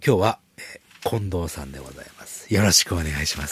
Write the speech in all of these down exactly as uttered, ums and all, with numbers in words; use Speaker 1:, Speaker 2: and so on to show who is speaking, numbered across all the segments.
Speaker 1: 今日は、えー、近藤さんでございます。よろしくお願いします。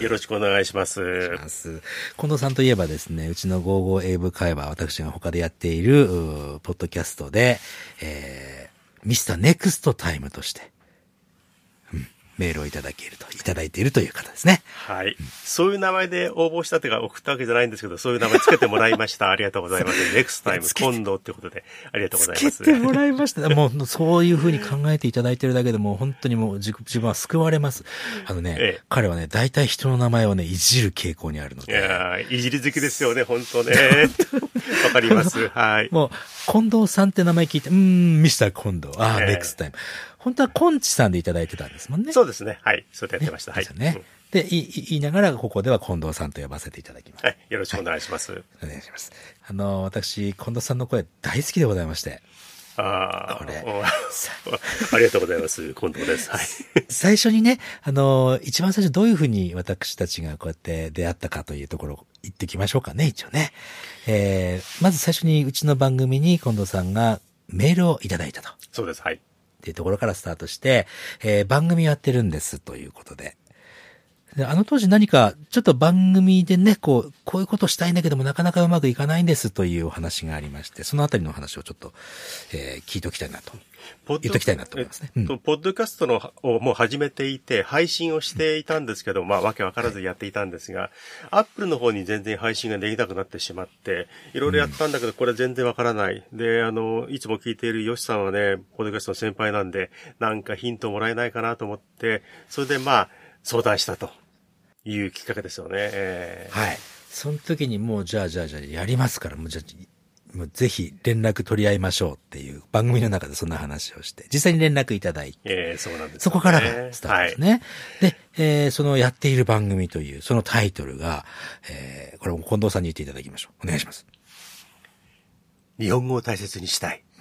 Speaker 2: よろしくお願いします。
Speaker 1: お願いします。近藤さんといえばですね、うちのゴーゴー英語会話、私が他でやっている、ポッドキャストで、えー、ミスターネクストタイムとして、うん、メールをいただけると、いただいているという方ですね。
Speaker 2: はい。うん、そういう名前で応募したというか送ったわけじゃないんですけど、そういう名前つけてもらいました。ありがとうございます。ネクストタイム、今度ってことで、ありがとうございます。
Speaker 1: つけてもらいました。もう、そういうふうに考えていただいているだけでもう本当にもう自分は救われます。あのね、ええ、彼はね、大体人の名前をね、いじる傾向にあるので。
Speaker 2: いやー、いじり好きですよね、本当ね。わかります。はい。
Speaker 1: もう、近藤さんって名前聞いて、うーん、ミスター近藤。ああ、ネクストタイム。本当はコンチさんでいただいてたんですもんね。
Speaker 2: そうですね。はい。そうやってやってました。ね、
Speaker 1: はい。ですよね。うん、で、言いながら、ここでは近藤さんと呼ばせていただきます。
Speaker 2: はい。よろしくお願いします。はい、
Speaker 1: お願いします。あの、私、近藤さんの声大好きでございまして。
Speaker 2: ああ、これ。ありがとうございます。近藤です。はい。
Speaker 1: 最初にね、あの、一番最初どういうふうに私たちがこうやって出会ったかというところを言ってきましょうかね、一応ね。えー、まず最初にうちの番組に近藤さんがメールをいただいたと。
Speaker 2: そうです。はい。
Speaker 1: っていうところからスタートして、えー、番組やってるんですということで。で、あの当時何か、ちょっと番組でね、こう、こういうことしたいんだけどもなかなかうまくいかないんですというお話がありまして、そのあたりの話をちょっと、えー、聞いておきたいなと。言っておきたいなと思いますね。
Speaker 2: うん、ポッドキャストのをもう始めていて、配信をしていたんですけど、うん、まあ、わけわからずやっていたんですが、アップルの方に全然配信ができなくなってしまって、いろいろやったんだけど、これ全然わからない。で、あの、いつも聞いているヨシさんはね、ポッドキャストの先輩なんで、なんかヒントもらえないかなと思って、それでまあ、相談したというきっかけですよね。え
Speaker 1: ー、はい。その時にもう、じゃあじゃあじゃあやりますから、もうじゃあ、もうぜひ連絡取り合いましょうっていう番組の中でそんな話をして、実際に連絡いただいて、
Speaker 2: えー、そうなんですね、
Speaker 1: そこからがスタートですね。はい、で、えー、そのやっている番組という、そのタイトルが、えー、これも近藤さんに言っていただきましょう。お願いします。
Speaker 2: 日本語を大切にしたい。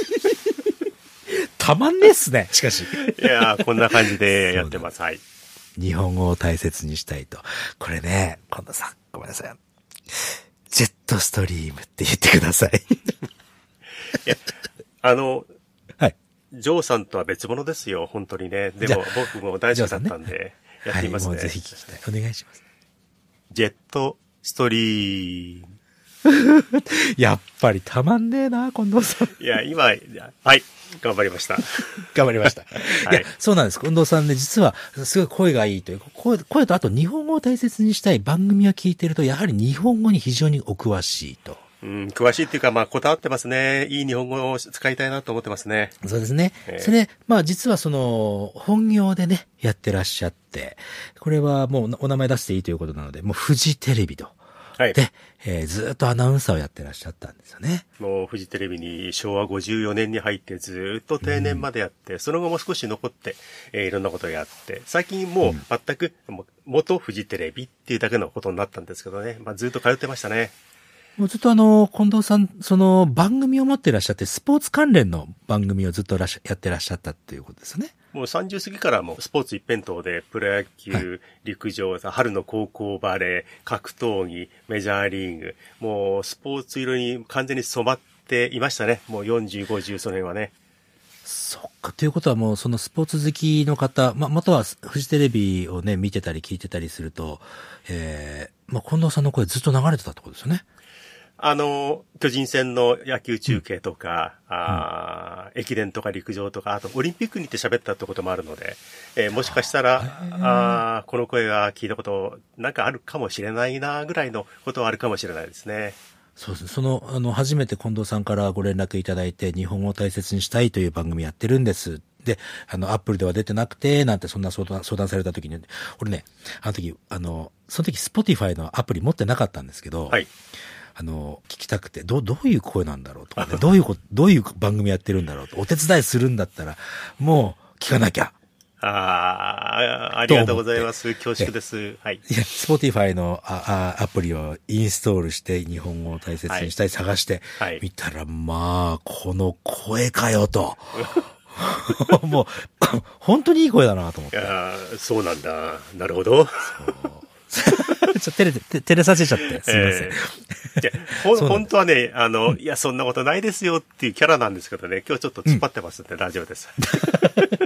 Speaker 1: たまんねえっすね、しかし。
Speaker 2: いやー、こんな感じでやってます。はい。
Speaker 1: 日本語を大切にしたいと。これね、近藤さん、ごめんなさい。ジェットストリームって言ってください。
Speaker 2: いや、あの、
Speaker 1: はい。
Speaker 2: ジョーさんとは別物ですよ、本当にね。でも僕も大好きだったんで、ね、やっていますね。
Speaker 1: はい、もうぜひ聞きたい。お願いします。
Speaker 2: ジェットストリーム。
Speaker 1: やっぱりたまんねえな、近藤さん。
Speaker 2: いや、今、はい、頑張りました。
Speaker 1: 頑張りました。はい、いや、そうなんです。近藤さんね、実は、すごい声がいいという、声、声とあと日本語を大切にしたい番組を聞いてると、やはり日本語に非常にお詳しいと。
Speaker 2: うん、詳しいっていうか、まあ、こだわってますね。いい日本語を使いたいなと思ってますね。
Speaker 1: そうですね。えー、それ、まあ、実はその、本業でね、やってらっしゃって、これはもうお名前出していいということなので、もうフジテレビと。はい。で、えー、ずっとアナウンサーをやってらっしゃったんですよね。
Speaker 2: もうフジテレビにしょうわごじゅうよねんに入ってずっと定年までやって、うん、その後も少し残って、えー、いろんなことをやって、最近もう全く、うん、元フジテレビっていうだけのことになったんですけどね。まあ、ずっと通ってましたね。
Speaker 1: もうずっとあの、近藤さん、その番組を持ってらっしゃって、スポーツ関連の番組をずっとらしやってらっしゃったっていうことですよね。
Speaker 2: もうさんじゅう過ぎからもうスポーツ一辺倒で、プロ野球、はい、陸上、春の高校バレー、格闘技、メジャーリーグ、もうスポーツ色に完全に染まっていましたね。もうよんじゅう、ごじゅう、その辺はね。
Speaker 1: そっか。ということはもうそのスポーツ好きの方、ま、またはフジテレビをね、見てたり聞いてたりすると、えー、まあ、近藤さんの声ずっと流れてたってことですよね。
Speaker 2: あの、巨人戦の野球中継とか、うん、あ駅伝とか陸上とか、あとオリンピックに行って喋ったってこともあるので、えー、もしかしたら、あこの声が聞いたことなんかあるかもしれないなぐらいのことはあるかもしれないですね。
Speaker 1: そうですね。その、あの、初めて近藤さんからご連絡いただいて、日本語を大切にしたいという番組やってるんです。で、あの、アップルでは出てなくて、なんてそんな相談、相談された時に、俺ね、あの時、あの、その時、スポティファイのアプリ持ってなかったんですけど、はい。あの、聞きたくて、ど、どういう声なんだろうとかね、どういうこ、どういう番組やってるんだろうと、お手伝いするんだったら、もう、聞かなきゃ。
Speaker 2: ああ、ありがとうございます。恐縮です。はい。
Speaker 1: いや、スポティファイのああアプリをインストールして、日本語を大切にしたい、探して、はい、見たら、まあ、この声かよと。もう、本当にいい声だなと思って。
Speaker 2: いやそうなんだ。なるほど。そう
Speaker 1: ちょ、照れて、照れさせちゃって、すいません。え
Speaker 2: ー、いやほ本当はね、あの、うん、いや、そんなことないですよっていうキャラなんですけどね、今日ちょっと突っ張ってますんで、うん、大丈夫です。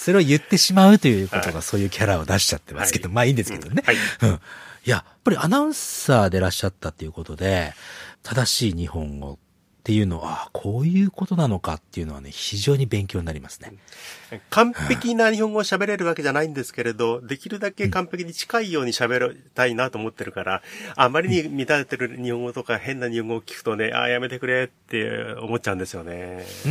Speaker 1: それを言ってしまうということがそういうキャラを出しちゃってますけど、はい、まあいいんですけどね。はい。うん。いや、やっぱりアナウンサーでいらっしゃったっていうことで、正しい日本語っていうのは、あこういうことなのかっていうのはね、非常に勉強になりますね。
Speaker 2: 完璧な日本語を喋れるわけじゃないんですけれど、できるだけ完璧に近いように喋りたいなと思ってるから、うん、あまりに乱れてる日本語とか変な日本語を聞くとね、ああ、やめてくれって思っちゃうんですよね。
Speaker 1: うん。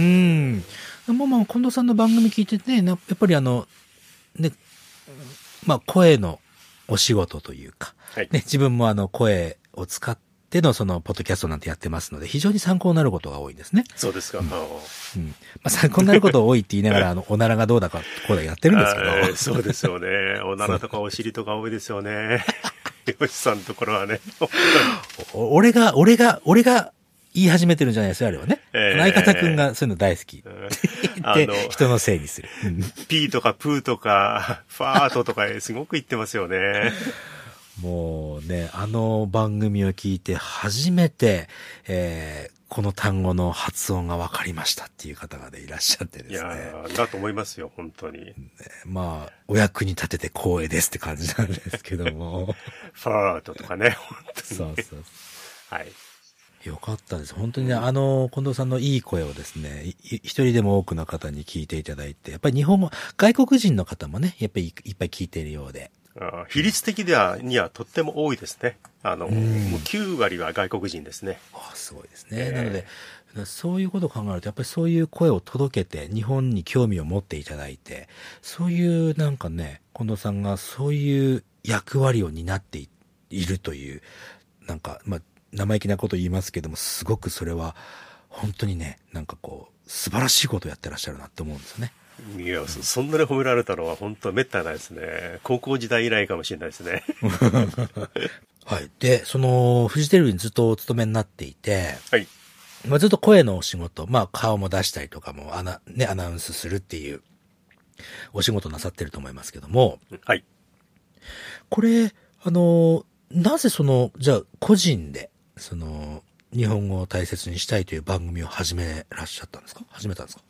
Speaker 1: もうまあ、近藤さんの番組聞いててね、やっぱりあの、ね、まあ、声のお仕事というか、はい、ね、自分もあの、声を使って、でのそのポッドキャストなんてやってますので非常に参考になることが多いんですね。
Speaker 2: そうですか。うん。うん、
Speaker 1: まあ、参考になること多いって言いながらあのおならがどうだかこうだやってるんですけど。
Speaker 2: そうですよね。おならとかお尻とか多いですよね。よしさんのところはね。
Speaker 1: 俺が俺が俺が言い始めてるんじゃないですよあれはね。えー、相方くんがそういうの大好き。で人のせいにする。
Speaker 2: ピーとかプーとかファートとかすごく言ってますよね。
Speaker 1: もうね、あの番組を聞いて初めて、えー、この単語の発音が分かりましたっていう方がね、いらっしゃってですね。
Speaker 2: いやだと思いますよ、本当に。ね、
Speaker 1: まあ、お役に立てて光栄ですって感じなんですけども。
Speaker 2: ファートとかね、本当に。
Speaker 1: そうそうそう。
Speaker 2: はい。
Speaker 1: よかったです。本当にね、あの、近藤さんのいい声をですね、一人でも多くの方に聞いていただいて、やっぱり日本語、外国人の方もね、やっぱりいっぱい聞いているようで。
Speaker 2: あ比率的では、にはとっても多いですね。あの、もうきゅう割は外国人ですね。
Speaker 1: あすごいですね。えー、なので、そういうことを考えると、やっぱりそういう声を届けて、日本に興味を持っていただいて、そういうなんかね、近藤さんがそういう役割を担っているという、なんか、まあ、生意気なこと言いますけども、すごくそれは、本当にね、なんかこう、素晴らしいことをやってらっしゃるなって思うんですよね。
Speaker 2: いや、そんなに褒められたのは本当めったにないですね。高校時代以来かもしれないですね。
Speaker 1: はい。で、その、フジテレビにずっとお勤めになっていて、
Speaker 2: はい。
Speaker 1: まあ、ずっと声のお仕事、まあ、顔も出したりとかも、アナ、ね、アナウンスするっていう、お仕事なさってると思いますけども、
Speaker 2: はい。
Speaker 1: これ、あの、なぜその、じゃあ、個人で、その、日本語を大切にしたいという番組を始めらっしゃったんですか？始めたんですか？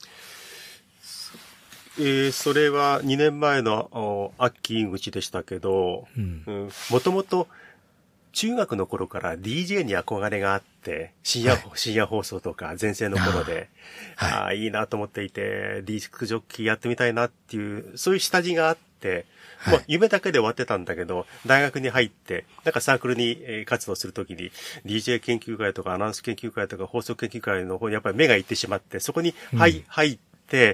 Speaker 2: えー、それはにねんまえのアッキー口でしたけど、もともと中学の頃から ディージェー に憧れがあって、深夜、はい、深夜放送とか前世の頃で、あ、はい、あいいなと思っていて、ディスクジョッキーやってみたいなっていう、そういう下地があって、はい、まあ、夢だけで終わってたんだけど、大学に入って、なんかサークルに活動するときに、ディージェー 研究会とかアナウンス研究会とか放送研究会の方にやっぱり目が行ってしまって、そこに入、うん、入って、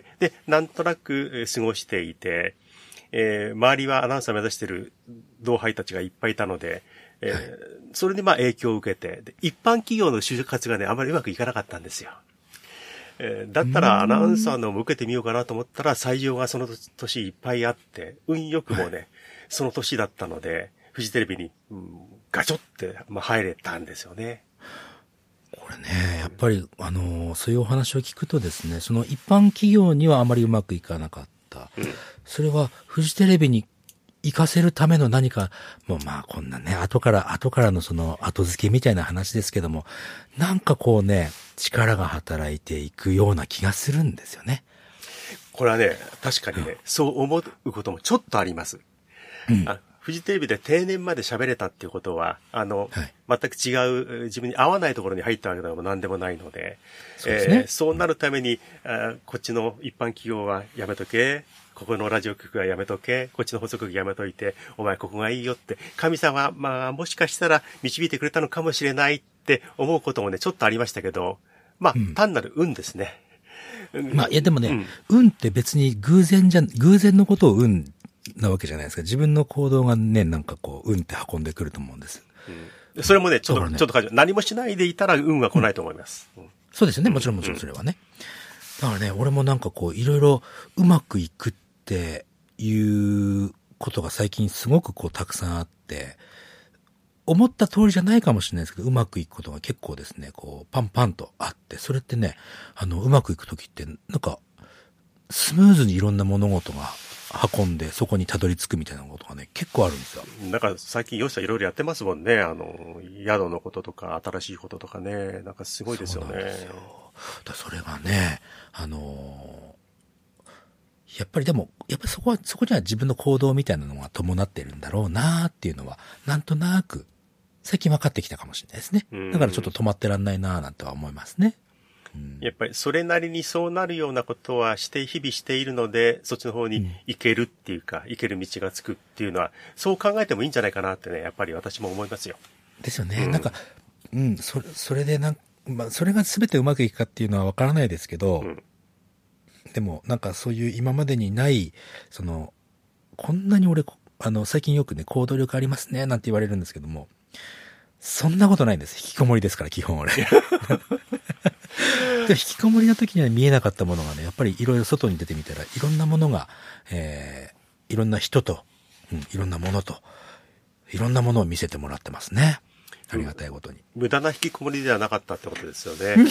Speaker 2: で、なんとなく過ごしていて、えー、周りはアナウンサー目指している同輩たちがいっぱいいたので、えーはい、それでまあ影響を受けてで、一般企業の就活がね、あまりうまくいかなかったんですよ。えー、だったらアナウンサーのも受けてみようかなと思ったら、採用がその年いっぱいあって、運よくもね、はい、その年だったので、フジテレビに、うん、ガチョって、まあ、入れたんですよね。
Speaker 1: これね、やっぱり、あの、そういうお話を聞くとですね、その一般企業にはあまりうまくいかなかった。うん、それはフジテレビに行かせるための何か、もうまあこんなね、後から、後からのその後付けみたいな話ですけども、なんかこうね、力が働いていくような気がするんですよね。
Speaker 2: これはね、確かにね、うん、そう思うこともちょっとあります。うん、あフジテレビで定年まで喋れたっていうことは、あの、はい、全く違う、自分に合わないところに入ったわけでも何でもないので、そうですね。えー、そうなるために、あ、こっちの一般企業はやめとけ、ここのラジオ局はやめとけ、こっちの放送局やめといて、お前ここがいいよって、神様は、まあ、もしかしたら導いてくれたのかもしれないって思うこともね、ちょっとありましたけど、まあ、うん、単なる運ですね。
Speaker 1: まあ、いやでもね、うん、運って別に偶然じゃ、偶然のことを運なわけじゃないですか。自分の行動がね、なんかこう、運って運んでくると思うんです。
Speaker 2: うん、それもね、ちょっと、ね、ちょっと感じ、何もしないでいたら運は来ないと思います。
Speaker 1: うん、そうですよね。もちろんもちろんそれはね。だからね、俺もなんかこう、いろいろうまくいくっていうことが最近すごくこう、たくさんあって、思った通りじゃないかもしれないですけど、うまくいくことが結構ですね、こう、パンパンとあって、それってね、あの、うまくいくときって、なんか、スムーズにいろんな物事が運んで、そこにたどり着くみたいなことがね、結構あるんですよ。
Speaker 2: なんか最近、よしさんいろいろやってますもんね。あの、宿のこととか、新しいこととかね。なんかすごいですよね。そうなんですよ。
Speaker 1: だそれがね、あの、 やっぱりでも、やっぱりそこは、そこには自分の行動みたいなのが伴ってるんだろうなっていうのは、なんとなく、最近分かってきたかもしれないですね。だからちょっと止まってらんないななんては思いますね。
Speaker 2: うん、やっぱりそれなりにそうなるようなことはして、日々しているので、そっちの方に行けるっていうか、うん、行ける道がつくっていうのは、そう考えてもいいんじゃないかなってね、やっぱり私も思いますよ。
Speaker 1: ですよね。うん、なんか、うん、それ、それでなんまあ、それが全てうまくいくかっていうのは分からないですけど、うんでも、なんかそういう今までにない、その、こんなに俺、あの、最近よくね、行動力ありますね、なんて言われるんですけども、そんなことないんです。引きこもりですから、基本俺。で引きこもりの時には見えなかったものがね、やっぱりいろいろ外に出てみたら、いろんなものが、えー、いろんな人と、うん、いろんなものと、いろんなものを見せてもらってますね。ありがたいことに。
Speaker 2: うん、無駄な引きこもりではなかったってことですよね。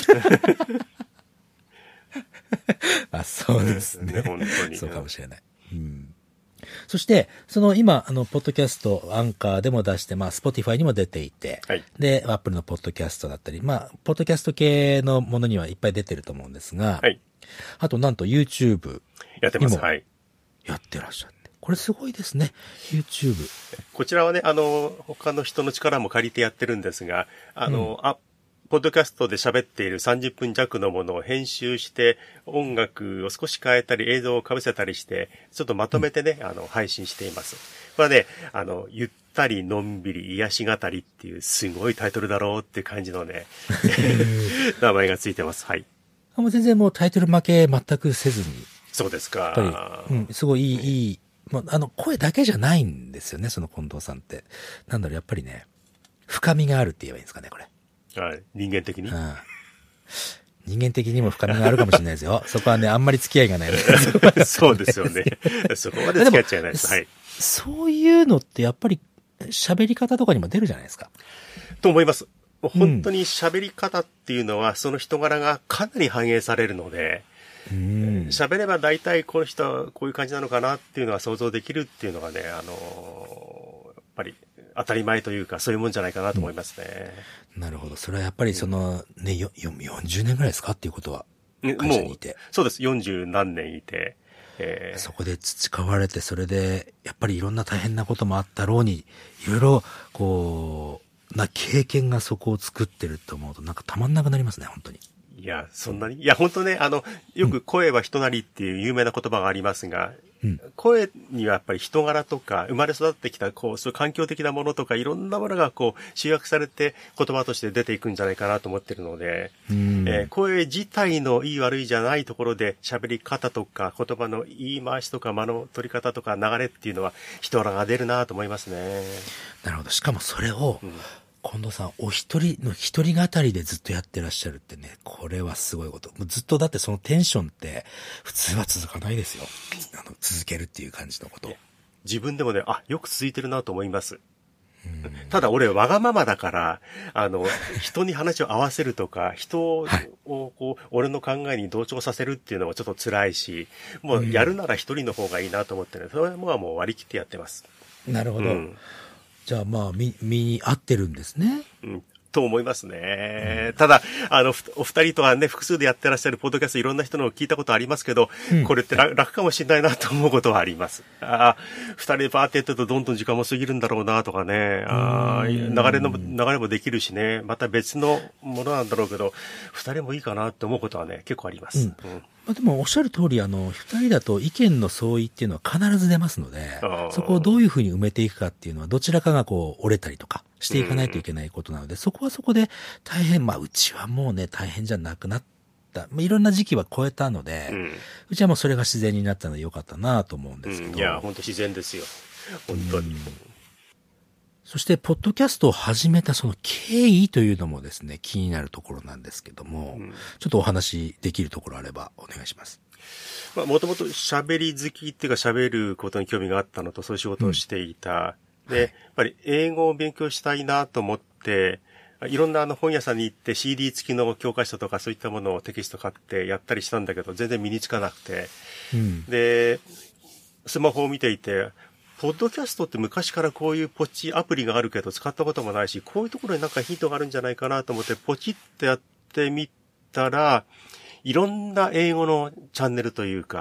Speaker 1: あ、そうですね。
Speaker 2: 本当に。
Speaker 1: そうかもしれない。うん、そして、その今、あの、ポッドキャスト、アンカーでも出して、まあ、スポティファイにも出ていて、はい、で、アップルのポッドキャストだったり、まあ、ポッドキャスト系のものにはいっぱい出てると思うんですが、はい、あと、なんと YouTube
Speaker 2: やってます。はい。
Speaker 1: やってらっしゃって。これすごいですね。YouTube。
Speaker 2: こちらはね、あの、他の人の力も借りてやってるんですが、あの、うん、あポッドキャストで喋っているさんじゅっぷん弱のものを編集して、音楽を少し変えたり、映像を被せたりして、ちょっとまとめてね、うん、あの、配信しています。これはね、あの、ゆったりのんびり癒し語りっていう、すごいタイトルだろうっていう感じのね、名前がついてます。はい。
Speaker 1: もう全然もうタイトル負け全くせずに。
Speaker 2: そうですか。
Speaker 1: やっぱり、うん、すごいいい、いい、もうあの、声だけじゃないんですよね、その近藤さんって。なんだろう、やっぱりね、深みがあるって言えばいいんですかね、これ。
Speaker 2: はい。人間的に、うん、
Speaker 1: 人間的にも深みがあるかもしれないですよ。そこはね、あんまり付き合いがないの
Speaker 2: で。そうですよね。そこまで付き合っちゃいないです。はい。
Speaker 1: そういうのってやっぱり喋り方とかにも出るじゃないですか。
Speaker 2: と思います。本当に喋り方っていうのは、その人柄がかなり反映されるので、喋、うん、れば大体この人はこういう感じなのかなっていうのが想像できるっていうのがね、あのー、やっぱり当たり前というかそういうもんじゃないかなと思いますね。
Speaker 1: うん、なるほど。それはやっぱりその、うん、ね、よ、よんじゅうねんぐらいですかっていうことは、会社にいて。
Speaker 2: そうです。よんじゅうなんねんいて。
Speaker 1: えー、そこで培われて、それで、やっぱりいろんな大変なこともあったろうに、いろいろ、こう、な経験がそこを作ってると思うと、なんかたまんなくなりますね、本当に。
Speaker 2: いや、そんなにいや、本当ね、あの、よく声は人なりっていう有名な言葉がありますが、うん、声にはやっぱり人柄とか、生まれ育ってきた、こう、そういう環境的なものとか、いろんなものがこう、集約されて言葉として出ていくんじゃないかなと思ってるので、うんえー、声自体のいい悪いじゃないところで、喋り方とか、言葉の言い回しとか、間の取り方とか、流れっていうのは、人柄が出るなと思いますね。
Speaker 1: なるほど。しかもそれを、うん近藤さん、お一人の一人語りでずっとやってらっしゃるってね、これはすごいこと。もうずっとだってそのテンションって普通は続かないですよ。あの、続けるっていう感じのこと。
Speaker 2: 自分でもね、あ、よく続いてるなと思います。ただ俺わがままだから、あの、人に話を合わせるとか、人をこう、俺の考えに同調させるっていうのはちょっと辛いし、もうやるなら一人の方がいいなと思ってね、それはもう割り切ってやってます。
Speaker 1: なるほど。うんじゃあまあ、身、身に合ってるんですね。
Speaker 2: うん。と思いますね。うん、ただ、あの、お二人とはね、複数でやってらっしゃるポッドキャストいろんな人のを聞いたことありますけど、うん、これって楽、楽かもしれないなと思うことはあります。ああ、二人でバーってやってるとどんどん時間も過ぎるんだろうなとかね、ああ、流れの、流れもできるしね、また別のものなんだろうけど、二人もいいかなって思うことはね、結構あります。うんうん
Speaker 1: まあ、でもおっしゃる通り、あの、二人だと意見の相違っていうのは必ず出ますので、そこをどういうふうに埋めていくかっていうのは、どちらかがこう折れたりとかしていかないといけないことなので、うん、そこはそこで大変、まあ、うちはもうね、大変じゃなくなった。まあ、いろんな時期は超えたので、うん、うちはもうそれが自然になったのでよかったなと思うんですけど。うん、
Speaker 2: いや、本当自然ですよ。本当に。うん
Speaker 1: そして、ポッドキャストを始めたその経緯というのもですね、気になるところなんですけども、うん、ちょっとお話できるところあればお願いします。
Speaker 2: まあ、もともと喋り好きっていうか喋ることに興味があったのと、そういう仕事をしていた。うん、で、やっぱり英語を勉強したいなと思って、いろんなあの本屋さんに行って シーディー 付きの教科書とかそういったものをテキスト買ってやったりしたんだけど、全然身につかなくて。うん、で、スマホを見ていて、ポッドキャストって昔からこういうポチアプリがあるけど使ったこともないし、こういうところになんかヒントがあるんじゃないかなと思ってポチってやってみたら、いろんな英語のチャンネルというか、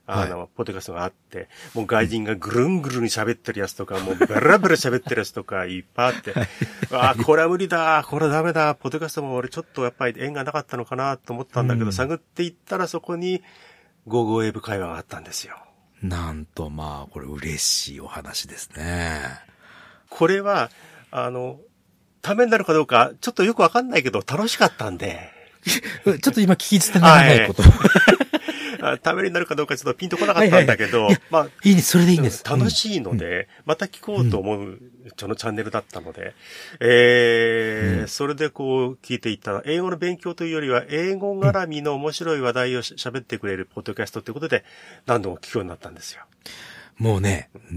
Speaker 2: あの、はい、ポッドキャストがあって、もう外人がぐるんぐるん喋ってるやつとか、もうベラベラ喋ってるやつとかいっぱいあって、ああ、これは無理だ、これはダメだ、ポッドキャストも俺ちょっとやっぱり縁がなかったのかなと思ったんだけど、うん、探っていったらそこに、ゴーゴーウェブ会話があったんですよ。
Speaker 1: なんとまあ、これ嬉しいお話ですね。
Speaker 2: これは、あの、ためになるかどうか、ちょっとよくわかんないけど、楽しかったんで。
Speaker 1: ちょっと今聞き捨てならないこと。
Speaker 2: ためになるかどうかちょっとピンとこなかったんだけど、はいはいはい、まあ、
Speaker 1: いいね、それでいいんです。
Speaker 2: 楽しいので、うん、また聞こうと思う、そのチャンネルだったので、えーうん、それでこう聞いていった。英語の勉強というよりは、英語絡みの面白い話題を喋ってくれるポッドキャストということで、何度も聞くようになったんですよ。
Speaker 1: もうね、うん、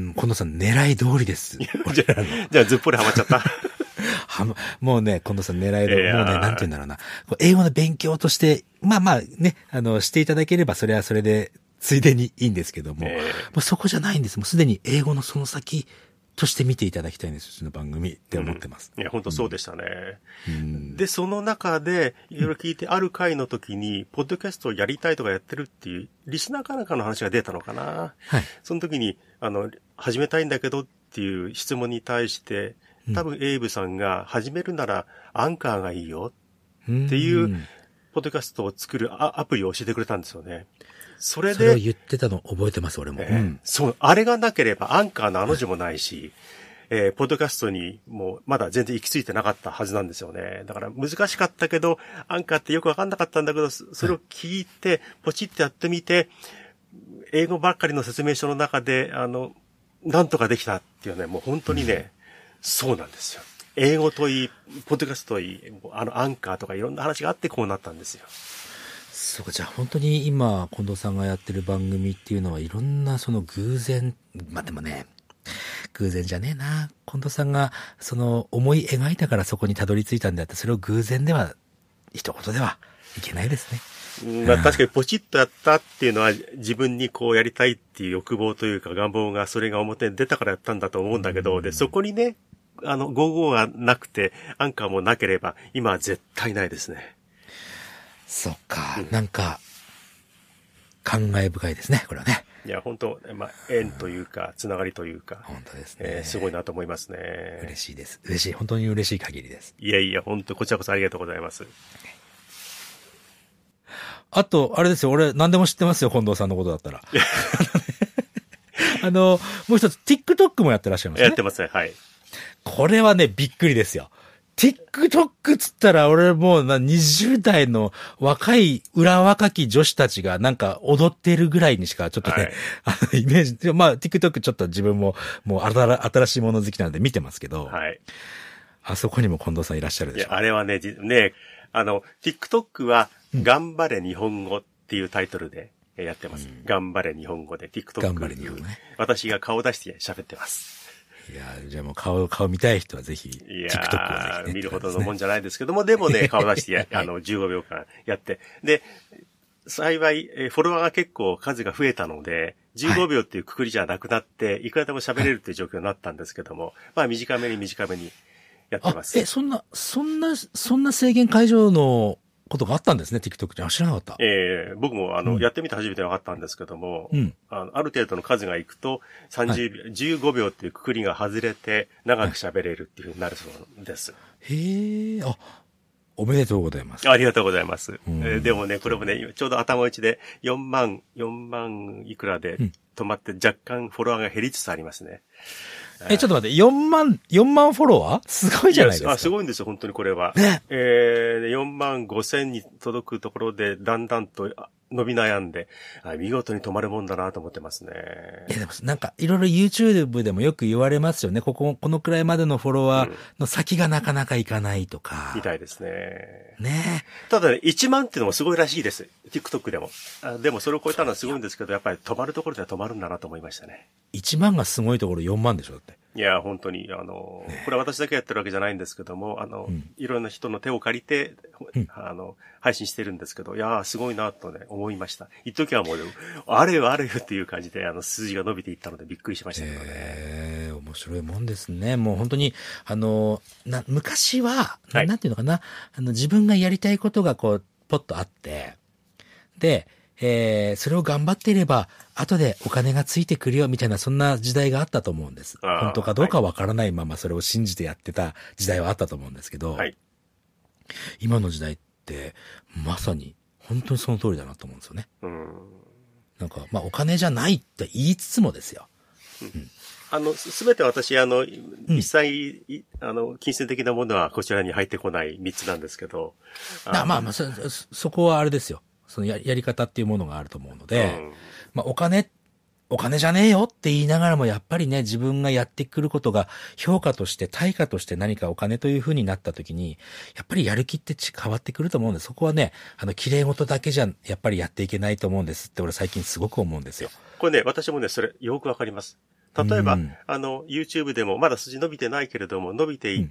Speaker 1: 近藤さん狙い通りです。
Speaker 2: じゃあ、じゃあずっぽりハマっちゃった。
Speaker 1: はもうね、近藤さん狙い通り、もうね、なんて言うんだろうな。英語の勉強として、まあまあね、あの、していただければ、それはそれで、ついでにいいんですけども、えー、もうそこじゃないんです。もうすでに英語のその先として見ていただきたいんです。その番組って思ってます。
Speaker 2: うん、いや、本当そうでしたね。うん、で、その中で、いろいろ聞いて、ある回の時に、ポッドキャストをやりたいとかやってるっていう、リスナーかなんかの話が出たのかな。はい。その時に、あの、始めたいんだけどっていう質問に対して、多分エイブさんが始めるならアンカーがいいよっていうポッドキャストを作るアプリを教えてくれたんですよね。それで。
Speaker 1: それを言ってたの覚えてます、俺も。
Speaker 2: えーうん、そう、あれがなければアンカーのあの字もないし、えー、ポッドキャストにもうまだ全然行き着いてなかったはずなんですよね。だから難しかったけど、アンカーってよくわかんなかったんだけど、それを聞いて、ポチってやってみて、英語ばっかりの説明書の中で、あの、なんとかできたっていうね、もう本当にね、うん、そうなんですよ。英語といい、ポッドキャストといい、あのアンカーとかいろんな話があってこうなったんですよ。
Speaker 1: そうか、じゃあ本当に今、近藤さんがやってる番組っていうのはいろんなその偶然、まあでもね、偶然じゃねえな。近藤さんがその思い描いたからそこにたどり着いたんであって、それを偶然では、一言ではいけないですね。
Speaker 2: まあ確かにポチッとやったっていうのは自分にこうやりたいっていう欲望というか願望がそれが表に出たからやったんだと思うんだけど、で、そこにね、あの、ごじゅうごがなくて、アンカーもなければ、今は絶対ないですね。
Speaker 1: そっか、うん、なんか、感慨深いですね、これはね。
Speaker 2: いや、本当まあ、縁というか、つながりというか。
Speaker 1: 本当ですね。
Speaker 2: えー、すごいなと思いますね。
Speaker 1: 嬉しいです。嬉しい。本当に嬉しい限りです。
Speaker 2: いやいや、本当こちらこそありがとうございます。
Speaker 1: あと、あれですよ、俺、何でも知ってますよ、近藤さんのことだったら。あの、もう一つ、TikTok もやってらっしゃいますね。
Speaker 2: やってますね、はい。
Speaker 1: これはね、びっくりですよ。TikTok つったら、俺もうなにじゅう代の若い、裏若き女子たちがなんか踊ってるぐらいにしかちょっとね、はい、あの、イメージ、まあ、TikTok ちょっと自分ももう新しいもの好きなので見てますけど、はい。あそこにも近藤さんいらっしゃるでしょ。
Speaker 2: いや、あれはね、ね、あの、TikTok は、頑張れ日本語っていうタイトルでやってます。うん、頑張れ日本語で TikTok。
Speaker 1: 頑張れ日本語ね。
Speaker 2: 私が顔出して喋ってます。
Speaker 1: いやじゃあもう顔、顔見たい人はぜひ、TikTok をぜひ、ね、
Speaker 2: 見るほどのもんじゃないですけども、でもね、顔出してや、あの、じゅうごびょうかんやって。で、幸い、フォロワーが結構数が増えたので、じゅうごびょうっていうくくりじゃなくなって、はい、いくらでも喋れるっていう状況になったんですけども、はい、まあ短めに短めにやってます。
Speaker 1: え、そんな、そんな、そんな制限解除のことがあったんですね、TikTok に。知らなかった。
Speaker 2: ええー、僕もあの、うん、やってみて初めて分かったんですけども、うん、あの、ある程度の数がいくと、さんじゅうびょう、はい、じゅうごびょうっていうくくりが外れて、長く喋れるっていうふうになるそうです。はい、
Speaker 1: へえ、あ、おめでとうございます。
Speaker 2: ありがとうございます。えー、でもね、これもね、ちょうど頭打ちでよんまん、よんまんいくらで止まって若干フォロワーが減りつつありますね。
Speaker 1: え、ちょっと待って、よんまん、よんまんフォロワーすごいじゃないですか。
Speaker 2: あ、すごいんですよ、本当にこれは。ね。えー、よんまんごせんに届くところで、だんだんと伸び悩んで、見事に止まるもんだなと思ってますね。
Speaker 1: いや、でもなんか、いろいろ YouTube でもよく言われますよね。ここ、このくらいまでのフォロワーの先がなかなかいかないとか。
Speaker 2: みたいですね。
Speaker 1: ね
Speaker 2: ただね、いちまんっていうのもすごいらしいです。TikTok でも。あでもそれを超えたのはすごいんですけど、やっぱり止まるところでは止まるんだなと思いましたね。
Speaker 1: いちまんがすごいところよんまんでしょだって。
Speaker 2: いや、本当に、あの、ね、これは私だけやってるわけじゃないんですけども、あの、うん、いろんな人の手を借りて、うん、あの、配信してるんですけど、いやー、すごいなとね、思いました。一時はもう、あれよあれよっていう感じで、あの、数字が伸びていったのでびっくりしましたけどね。
Speaker 1: へー、面白いもんですね。もう本当に、あの、な、昔は、はい、なんていうのかな、あの、自分がやりたいことがこう、ポッとあって、で、 えー、それを頑張っていれば、後でお金がついてくるよ、みたいな、そんな時代があったと思うんです。本当かどうかわからないままそれを信じてやってた時代はあったと思うんですけど、はい、今の時代って、まさに、本当にその通りだなと思うんですよね。うん、なんか、まあ、お金じゃないって言いつつもですよ。
Speaker 2: うん、あの、すべて私、あの、一切、うん、あの、金銭的なものはこちらに入ってこない三つなんですけど。
Speaker 1: あまあまあそ、そこはあれですよ。そのややり方っていうものがあると思うので、うん、まあお金、お金じゃねえよって言いながらもやっぱりね、自分がやってくることが評価として対価として何かお金という風になった時に、やっぱりやる気って変わってくると思うんです。そこはね、あの、綺麗事だけじゃやっぱりやっていけないと思うんですって俺最近すごく思うんですよ。
Speaker 2: これね、私もね、それよくわかります。例えば、うん、あの、YouTube でもまだ筋伸びてないけれども伸びていって、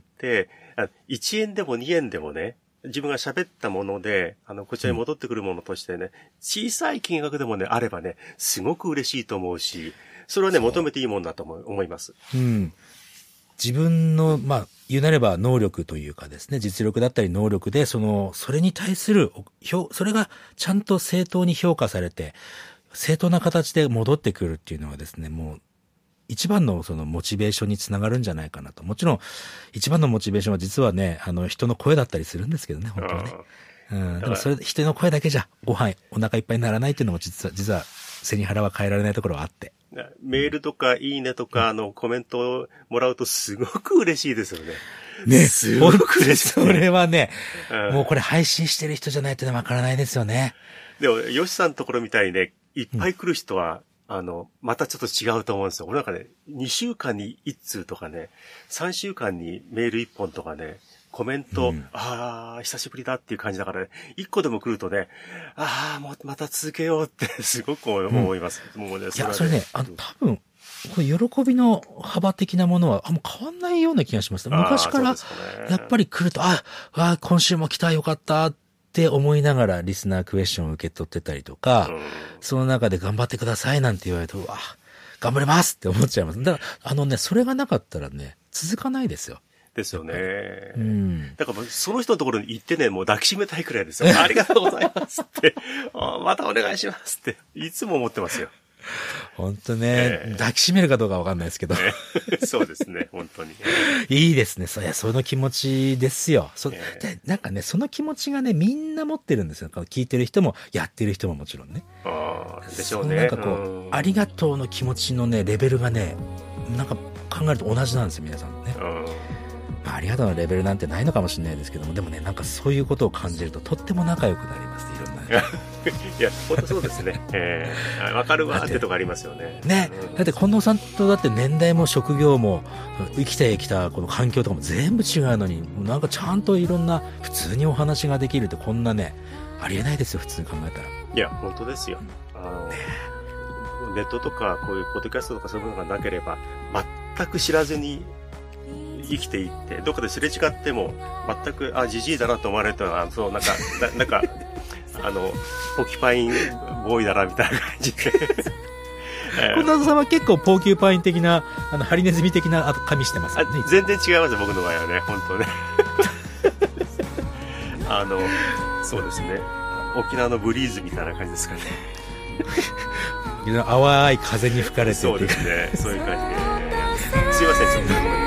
Speaker 2: うん、いちえんでもにえんでもね、自分が喋ったもので、あの、こちらに戻ってくるものとしてね、小さい金額でもね、あればね、すごく嬉しいと思うし、それはね、求めていいもんだと思思います。
Speaker 1: うん。自分の、まあ、言うなれば能力というかですね、実力だったり能力で、その、それに対する、それがちゃんと正当に評価されて、正当な形で戻ってくるっていうのはですね、もう、一番のそのモチベーションにつながるんじゃないかなと。もちろん、一番のモチベーションは実はね、あの、人の声だったりするんですけどね、本当はね。うん。でもそれ、人の声だけじゃ、ご飯、お腹いっぱいにならないっていうのも実は、実は、背に腹は変えられないところはあって。
Speaker 2: メールとか、いいねとか、あの、コメントをもらうとすごく嬉しいですよね。
Speaker 1: ね、すごく嬉しい。それはね、うん、もうこれ配信してる人じゃないとわからないですよね。
Speaker 2: でも、ヨシさんのところみたいにね、いっぱい来る人は、うんあの、またちょっと違うと思うんですよ。俺なんかね、にしゅうかんにいっ通とかね、さんしゅうかんにメールいっぽんとかね、コメント、うん、ああ、久しぶりだっていう感じだからね、いっこでも来るとね、ああ、もうまた続けようってすごく思います。うん、もうね、
Speaker 1: いや、それね、あの、多分、これ喜びの幅的なものは、あ、もう変わんないような気がします。昔から、やっぱり来ると、ああ、今週も来たよかったって思いながらリスナークエスチョンを受け取ってたりとか、うん、その中で頑張ってくださいなんて言われると、うわ、頑張れますって思っちゃいます。だから、あのね、それがなかったらね、続かないですよ。
Speaker 2: ですよね。うん。だからその人のところに行ってね、もう抱きしめたいくらいですよ。ありがとうございますって。またお願いしますって、いつも思ってますよ。
Speaker 1: 本当ね、えー、抱きしめるかどうかわかんないですけど、
Speaker 2: えー、そうですね、本当に
Speaker 1: いいですね。そいや、その気持ちですよ。そ、えー、でなんかね、その気持ちがね、みんな持ってるんですよ。聞いてる人もやってる人ももちろんね。
Speaker 2: ああ、でしょうね。
Speaker 1: なんかこう、ありがとうの気持ちのね、レベルがね、なんか考えると同じなんですよ、皆さんね。まあ、ありがとうのレベルなんてないのかもしれないですけども、でもね、なんかそういうことを感じるととっても仲良くなります。いろんな。
Speaker 2: いや、本当そうですね。えー、わかるわってとこありますよね。
Speaker 1: ね、うん、だって近藤さんとだって年代も職業も生きてきたこの環境とかも全部違うのに、なんかちゃんといろんな普通にお話ができるってこんなね、ありえないですよ、普通に考えたら。
Speaker 2: いや、本当ですよ。あの、ね、ネットとかこういうポッドキャストとかそういうものがなければ、全く知らずに生きていって、どっかですれ違っても、全く、あ、ジジイだなと思われると、あそう、なんか、ななんか、あの、ポキパインボーイだな、みたいな感じで。
Speaker 1: 近藤さんは結構ポーキューパイン的な、あの、ハリネズミ的な髪してますよね。
Speaker 2: 全然違いますよ、僕の場合はね、本当ね。あの、そうですね。沖縄のブリーズみたいな感じですかね。
Speaker 1: 淡い風に吹かれて。
Speaker 2: そうですね。そういう感じで。すいません、ちょっと。